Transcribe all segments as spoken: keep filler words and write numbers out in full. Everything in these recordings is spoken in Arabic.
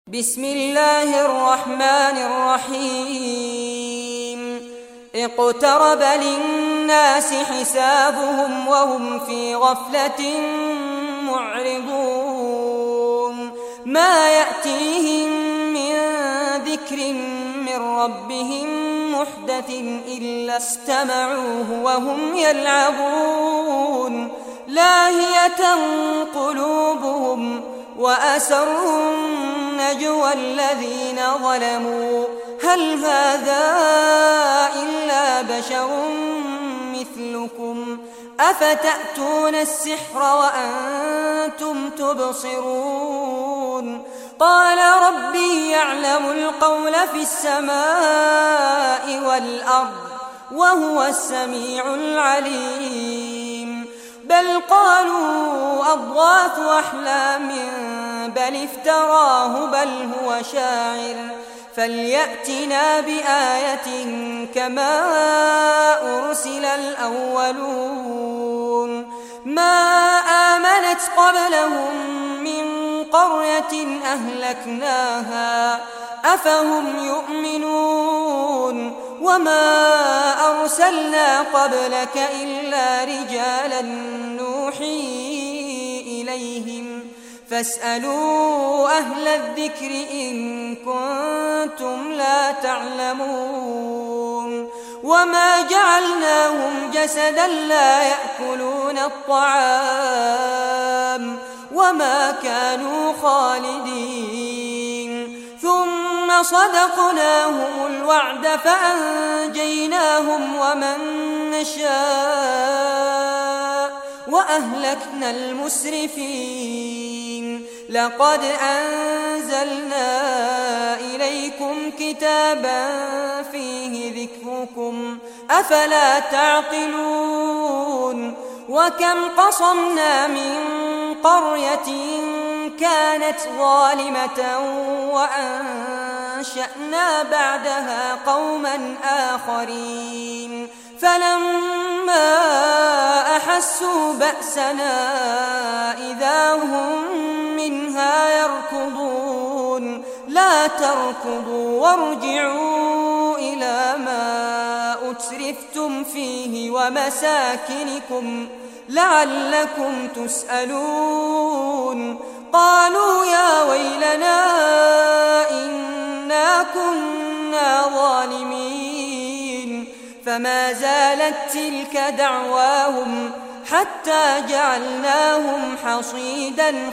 بسم الله الرحمن الرحيم اقترب للناس حسابهم وهم في غفلة معرضون ما يأتيهم من ذكر من ربهم محدث إلا استمعوه وهم يلعبون لاهية قلوبهم وأسروا النجوى الذين ظلموا هل هذا إلا بشر مثلكم أفتأتون السحر وأنتم تبصرون قال ربي يعلم القول في السماء والأرض وهو السميع العليم بل قالوا أضغاث أحلام بل افتراه بل هو شاعر فليأتنا بآية كما أرسل الأولون ما آمنت قبلهم من قرية أهلكناها أفهم يؤمنون وما أرسلنا قبلك إلا رجالا نوحي إليهم فاسألوا أهل الذكر إن كنتم لا تعلمون وما جعلناهم جسدا لا يأكلون الطعام وما كانوا خالدين ثم صدقناهم الوعد فأنجيناهم ومن نشاء وأهلكنا المسرفين لقد أنزلنا إليكم كتابا فيه ذكركم أفلا تعقلون وكم قصمنا من قرية كانت ظالمة وأنشأنا بعدها قوما آخرين فلما أحسوا بأسنا إذا هم منها يركضون لا تركضوا وارجعوا إلى ما أترفتم فيه ومساكنكم لعلكم تسألون قالوا يا ويلنا إنا كنا ظالمين فما زالت تلك دعواهم حتى جعلناهم حصيدا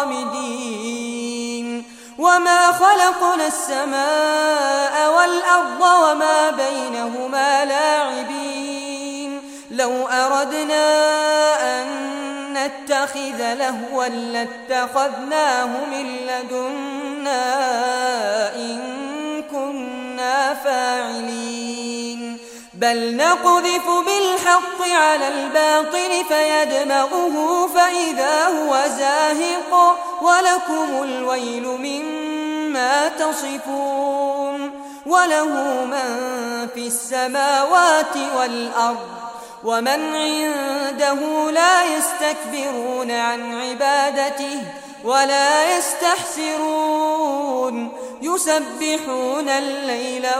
خامدين وما خلقنا السماء والأرض وما بينهما لاعبين لو أردنا أن نتخذ لهوا لاتخذناه من لدنا إن كنا فاعلين بل نقذف بالحق على الباطل فيدمغه فإذا هو زاهق ولكم الويل مما تصفون وله من في السماوات والأرض ومن عنده لا يستكبرون عن عبادته ولا يستحسرون يسبحون الليل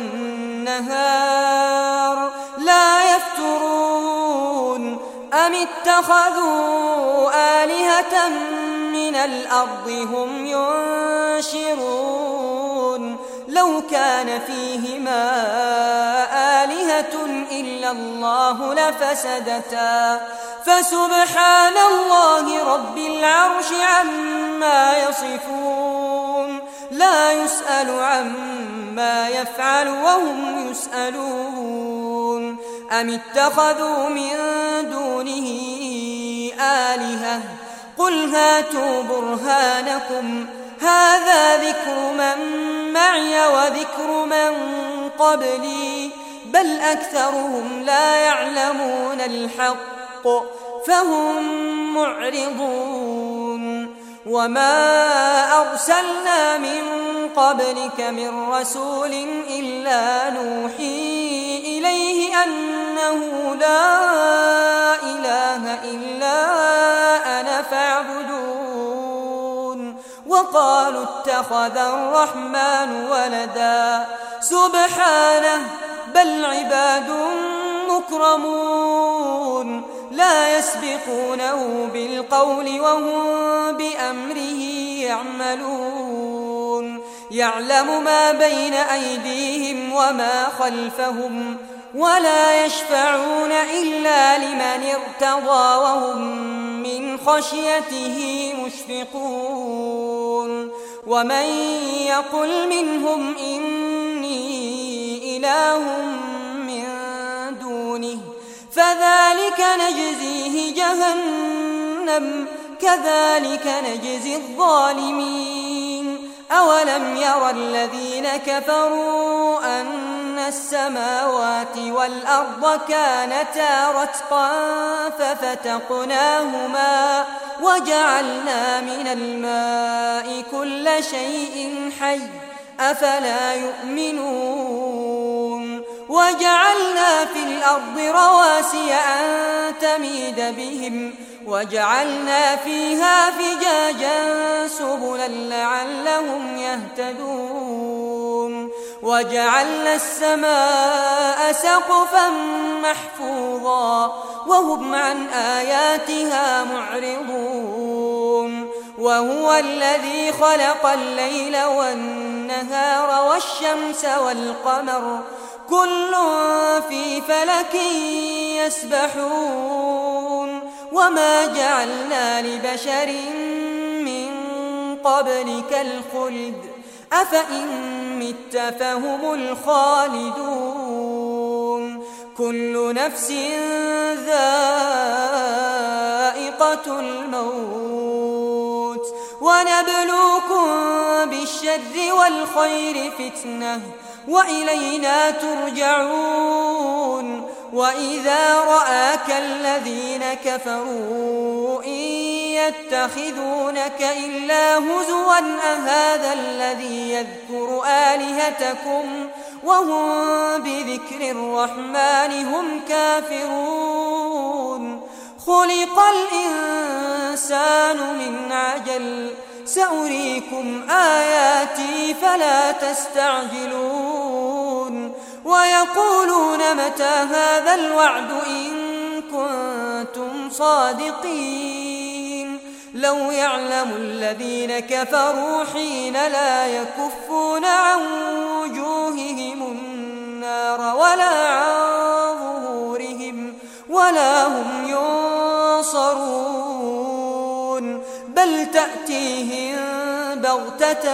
والنهار لا يفترون أم اتخذوا آلهة من الأرض هم ينشرون لو كان فيهما آلهة إلا الله لفسدتا فسبحان الله رب العرش عما يصفون لا يسأل عما يفعل وهم يسألون أم اتخذوا من دونه آلهة قل هاتوا برهانكم هذا ذكر من معي وذكر من قبلي بل أكثرهم لا يعلمون الحق فهم معرضون وما أرسلنا من قبلك من رسول إلا نوحي إليه أنه لا إله إلا أنا فاعبدون وقالوا اتخذ الرحمن ولدا سبحانه بل عباد مكرمون لا يسبقونه بالقول وهم بأمره يعملون يعلم ما بين أيديهم وما خلفهم ولا يشفعون إلا لمن ارتضى وهم من خشيته مشفقون ومن يقل منهم إني إله من دونه فذلك نجزيه جهنم كذلك نجزي الظالمين أولم ير الذين كفروا أن السماوات والأرض كانتا رتقا ففتقناهما وجعلنا من الماء كل شيء حي أفلا يؤمنون وجعلنا في الأرض رواسي أن تميد بهم وجعلنا فيها فجاجا سبلا لعلهم يهتدون وجعلنا السماء سقفا محفوظا وهم عن آياتها معرضون وهو الذي خلق الليل والنهار والشمس والقمر كل في فلك يسبحون وما جعلنا لبشر من قبلك الخلد أفإن مت فهم الخالدون كل نفس ذائقة الموت ونبلوكم بالشر والخير فتنة وإلينا ترجعون وإذا رآك الذين كفروا إن يتخذونك إلا هزوا أهذا الذي يذكر آلهتكم وهم بذكر الرحمن هم كافرون خلق الإنسان من عجل سأريكم آياتي فلا تستعجلون ويقولون متى هذا الوعد إن كنتم صادقين لو يعلم الذين كفروا حين لا يكفون عن وجوههم النار ولا عن ظهورهم ولا هم ينصرون بل تأتيهم بغتة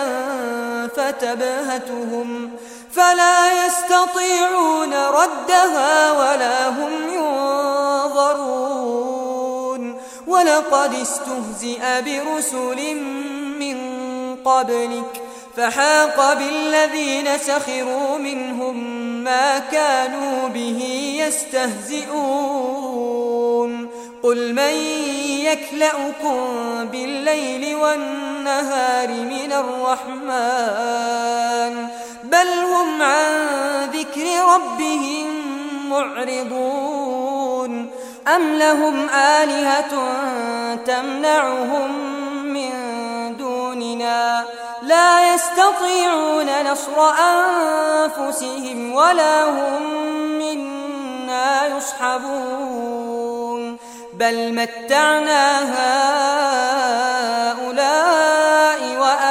فتبهتهم فلا يستطيعون ردها ولا هم ينظرون ولقد استهزئ برسل من قبلك فحاق بالذين سخروا منهم ما كانوا به يستهزئون قل من يكلأكم بالليل والنهار من الرحمن بل هم عن ذكر ربهم معرضون أم لهم آلهة تمنعهم من دوننا لا يستطيعون نصر أنفسهم ولا هم منا يصحبون بل متعنا هؤلاء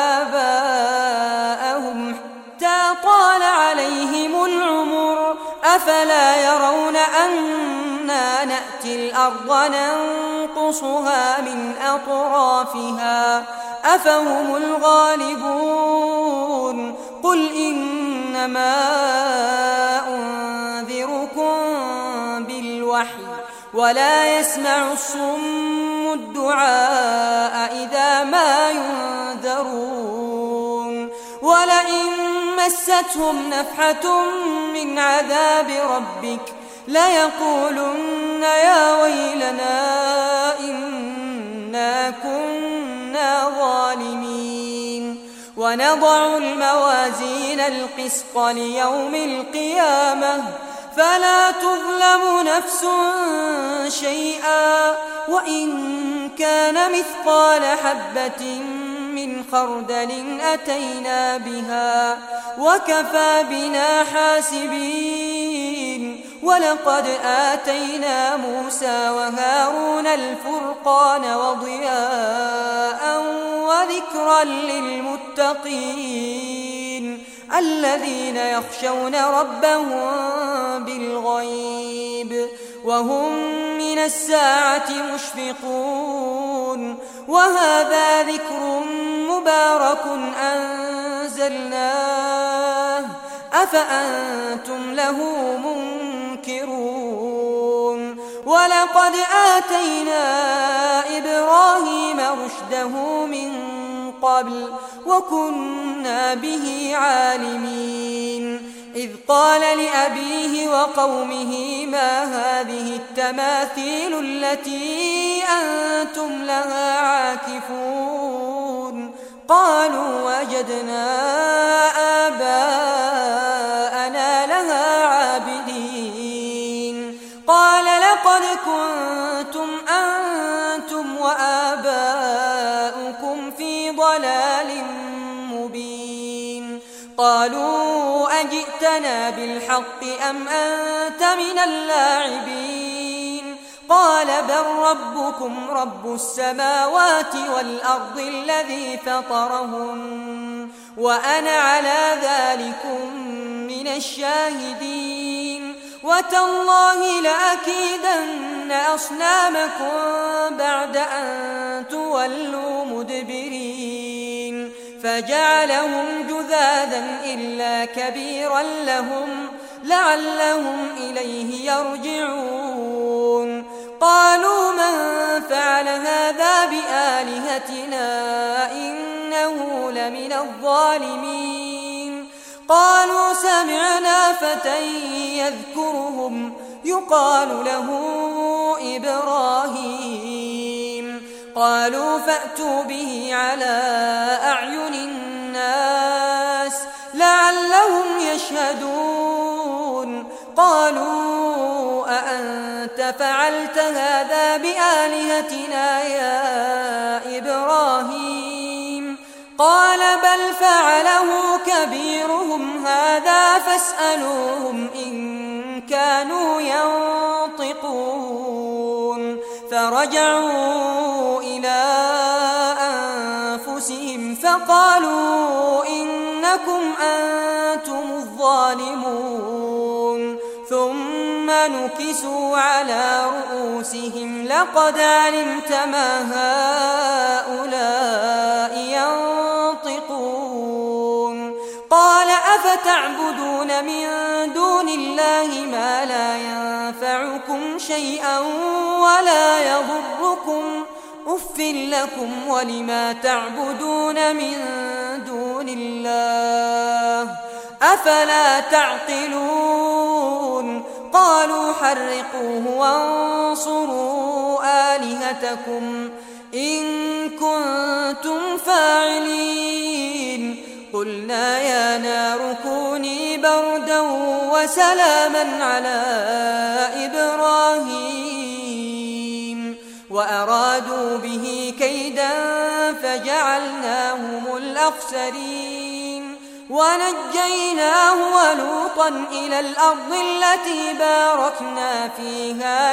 وآباءهم حتى طال عليهم العمر أفلا يرون أنا نأتي الأرض ننقصها من أطرافها أفهم الغالبون قل إنما أنذركم بالوحي ولا يسمع الصم الدعاء إذا ما ينذرون ولئن مستهم نفحة من عذاب ربك ليقولن يا ويلنا إنا كنا ظالمين ونضع الموازين القسط ليوم القيامة فلا تظلم نفس شيئا وإن كان مثقال حبة من خردل أتينا بها وكفى بنا حاسبين ولقد آتينا موسى وهارون الفرقان وضياء وذكرا للمتقين الذين يخشون ربهم بالغيب وهم من الساعة مشفقون وهذا ذكر مبارك أنزلناه أفأنتم له منكرون ولقد آتينا إبراهيم رشده من قبل وكنا به عالمين إذ قال لأبيه وقومه ما هذه التماثيل التي أنتم لها عاكفون قالوا وجدنا آباءنا لها عابدين قال لقد كنتم أنتم وآباؤكم في ضلال مبين قالوا أجئتنا بالحق أم أنت من اللاعبين قال بل ربكم رب السماوات والأرض الذي فطرهن وأنا على ذلكم من الشاهدين وتالله لأكيدن أصنامكم بعد أن تولوا مدبرين فجعلهم جذاذا إلا كبيرا لهم لعلهم إليه يرجعون قالوا من فعل هذا بآلهتنا إنه لمن الظالمين قالوا سمعنا فتى يذكرهم يقال له إبراهيم قالوا فأتوا به على أعين الناس لعلهم يشهدون قالوا أأنت فعلت هذا بآلهتنا يا إبراهيم قال بل فعله كبيرهم هذا فاسألوهم إن كانوا ينطقون فرجعوا إلى أنفسهم فقالوا إنكم أنتم الظالمون ثم نكسوا على رؤوسهم لقد علمت ما هؤلاء ينطقون قال أفتعبدون من دون الله ما لا ينفعكم شيئا ولا يضركم أف لكم ولما تعبدون من دون الله أفلا تعقلون قالوا حرقوه وانصروا آلهتكم إن كنتم فاعلين قلنا يا نار كوني بردا وسلاما على إبراهيم وأرادوا به كيدا فجعلناهم الأخسرين ونجيناه ولوطا إلى الأرض التي باركنا فيها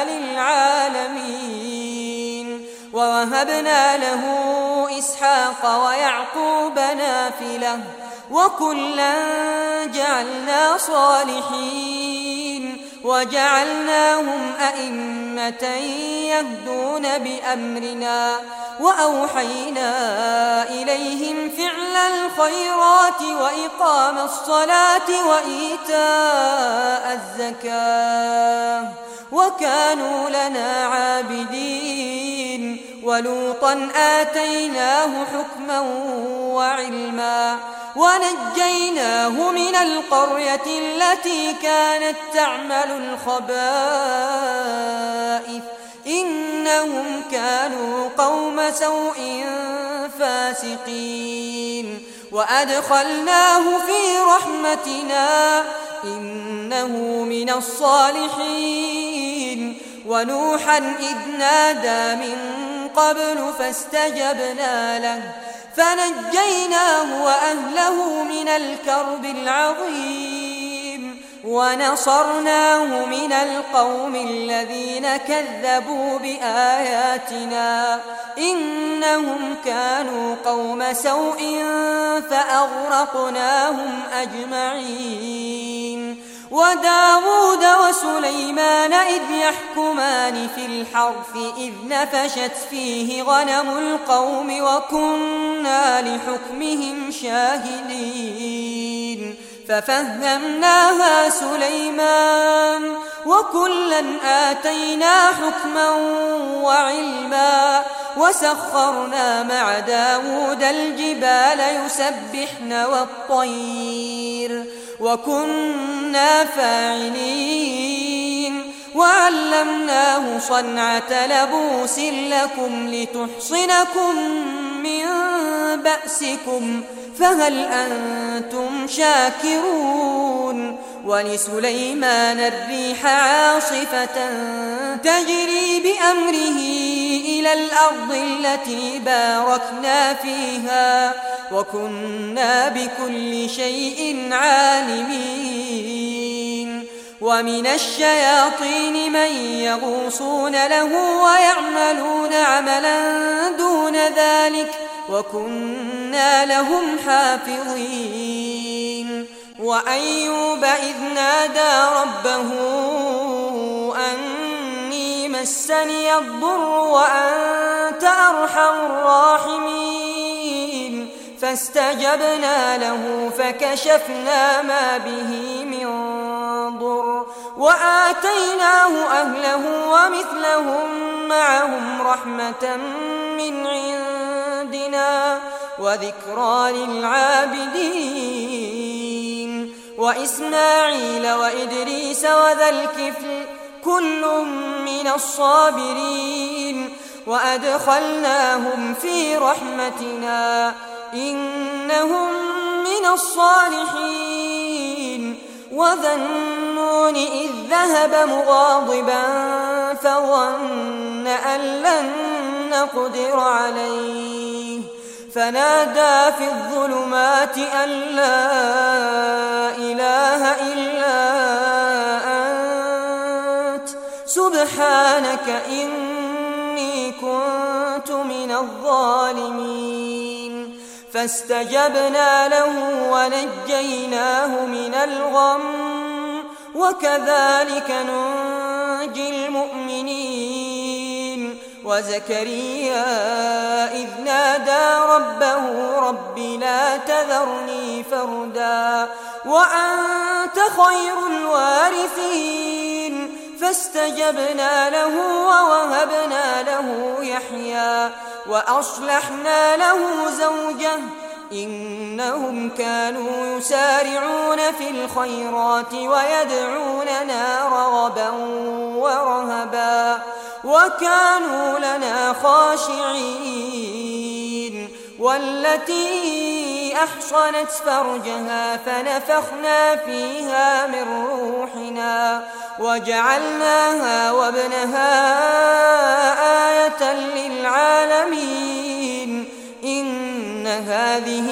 للعالمين ووهبنا له إسحاق ويعقوب نافلة وكلا جعلنا صالحين وجعلناهم أئمة يهدون بأمرنا وأوحينا إليهم فعل الخيرات وإقام الصلاة وإيتاء الزكاة وكانوا لنا عابدين ولوطا آتيناه حكما وعلما ونجيناه من القرية التي كانت تعمل الخبائث إنهم كانوا قوم سوء فاسقين وأدخلناه في رحمتنا إنه من الصالحين ونوحا إذ نادى من قبل فاستجبنا له فنجيناه وأهله من الكرب العظيم ونصرناه من القوم الذين كذبوا بآياتنا إنهم كانوا قوم سوء فأغرقناهم أجمعين. وداود وسليمان إذ يحكمان في الحرث إذ نفشت فيه غنم القوم وكنا لحكمهم شاهدين ففهمناها سليمان وكلا آتينا حكما وعلما وسخرنا مع داود الجبال يسبحن والطير وكنا فاعلين وعلمناه صنعة لبوس لكم لتحصنكم من بأسكم فهل أنتم شاكرون. ولسليمان الريح عاصفة تجري بأمره إلى الأرض التي باركنا فيها وكنا بكل شيء عالمين. ومن الشياطين من يغوصون له ويعملون عملا دون ذلك وكنا لهم حافظين. وأيوب إذ نادى ربه أني مسني الضر وأنت أرحم الراحمين فاستجبنا له فكشفنا ما به من ضر وآتيناه أهله ومثلهم معهم رحمة من عندنا وذكرى للعابدين. وإسماعيل وإدريس وذا الكفل كل من الصابرين وأدخلناهم في رحمتنا إنهم من الصالحين. وذا النون إذ ذهب مغاضبا فظن أن لن نقدر عليه فنادى في الظلمات أن لا إله إلا أنت سبحانك إني كنت من الظالمين. فاستجبنا له ونجيناه من الغم وكذلك ننجي المؤمنين. وزكريا إذ نادى ربه رب لا تذرني فردا وأنت خير الوارثين فاستجبنا له ووهبنا له يحيى وأصلحنا له زوجه إنهم كانوا يسارعون في الخيرات ويدعوننا رغبا ورهبا وكانوا لنا خاشعين. والتي أحصنت فرجها فنفخنا فيها من روحنا وجعلناها وابنها آية للعالمين. إن هذه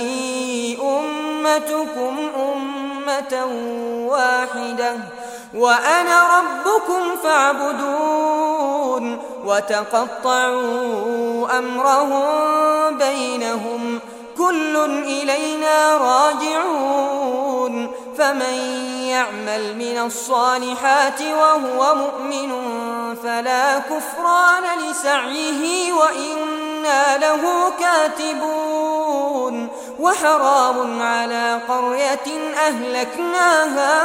أمتكم أمة واحدة وأنا ربكم فاعبدون. وتقطعوا أمرهم بينهم كل إلينا راجعون. فمن يعمل من الصالحات وهو مؤمن فلا كفران لسعيه وإنا له كاتبون. وحرام على قرية أهلكناها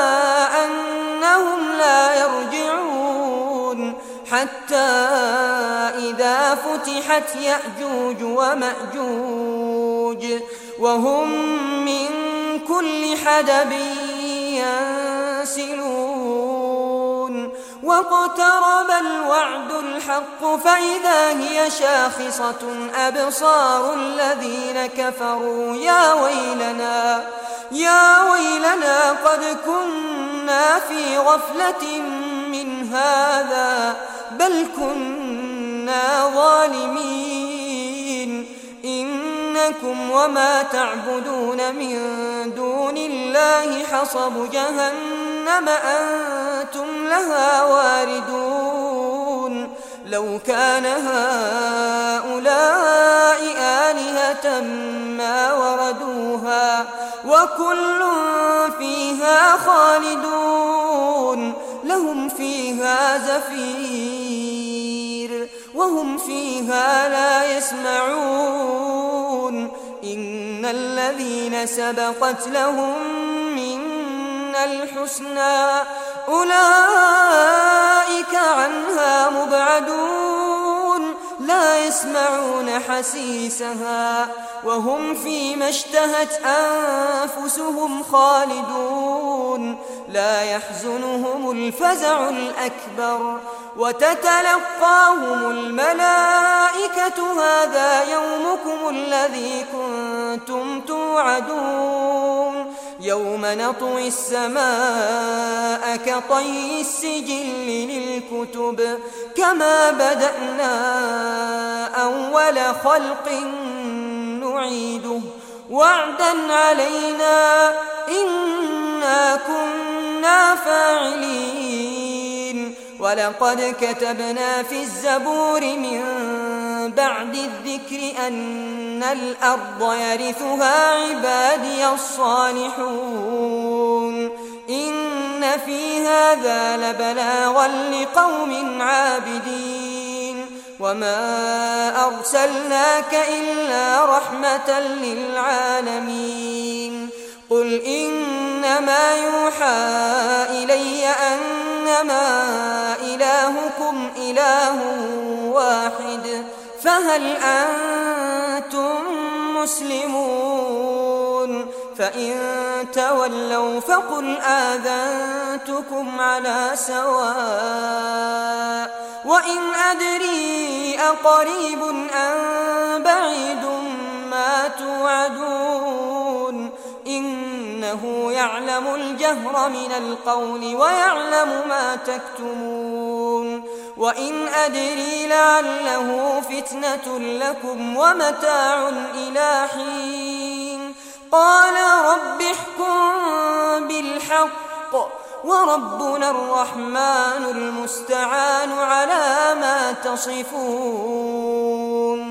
أنهم لا يرجعون حتى إذا فتحت يأجوج ومأجوج وهم من كل حدب ينسلون. واقترب الوعد الحق فإذا هي شاخصة أبصار الذين كفروا يا ويلنا يا ويلنا قد كنا في غفلة من هذا بل كنا ظالمين. إن إنكم وما تعبدون من دون الله حصب جهنم أنتم لها واردون لو كان هؤلاء آلهة ما وردوها وكل فيها خالدون لهم فيها زفير وهم فيها لا يسمعون إن الذين سبقت لهم منا الحسنى أولئك عنها مبعدون لا يسمعون حسيسها وهم فيما اشتهت أنفسهم خالدون لا يحزنهم الفزع الأكبر وتتلقاهم الملائكة هذا يومكم الذي كنتم توعدون يوم نطوي السماء كطي السجل للكتب كما بدأنا أول خلق نعيده وعدا علينا إنا كنا فاعلين ولقد كتبنا في الزبور من بعد الذكر أن الأرض يرثها عبادي الصالحون إن في هذا لبلاغا لقوم عابدين وما أرسلناك إلا رحمة للعالمين قل إنما يوحى إلي أنما إلهكم إله واحد فهل أنتم مسلمون فإن تولوا فقل آذنتكم على سواء وإن أدري أقريب أم بعيد ما توعدون إنه يعلم الجهر من القول ويعلم ما تكتمون وإن أدري لعله فتنة لكم ومتاع إلى حين قال رب احكم بالحق وربنا الرحمن المستعان على ما تصفون.